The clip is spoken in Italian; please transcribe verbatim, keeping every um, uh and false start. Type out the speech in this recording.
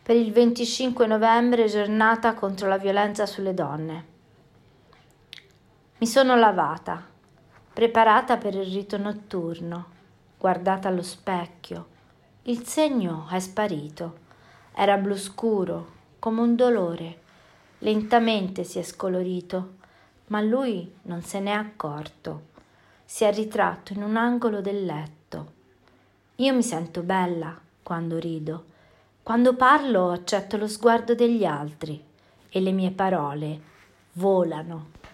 per il venticinque novembre, giornata contro la violenza sulle donne. Mi sono lavata, preparata per il rito notturno, guardata allo specchio. Il segno è sparito. Era blu scuro, come un dolore. Lentamente si è scolorito, ma lui non se n'è accorto. Si è ritratto in un angolo del letto. Io mi sento bella quando rido. Quando parlo accetto lo sguardo degli altri e le mie parole volano.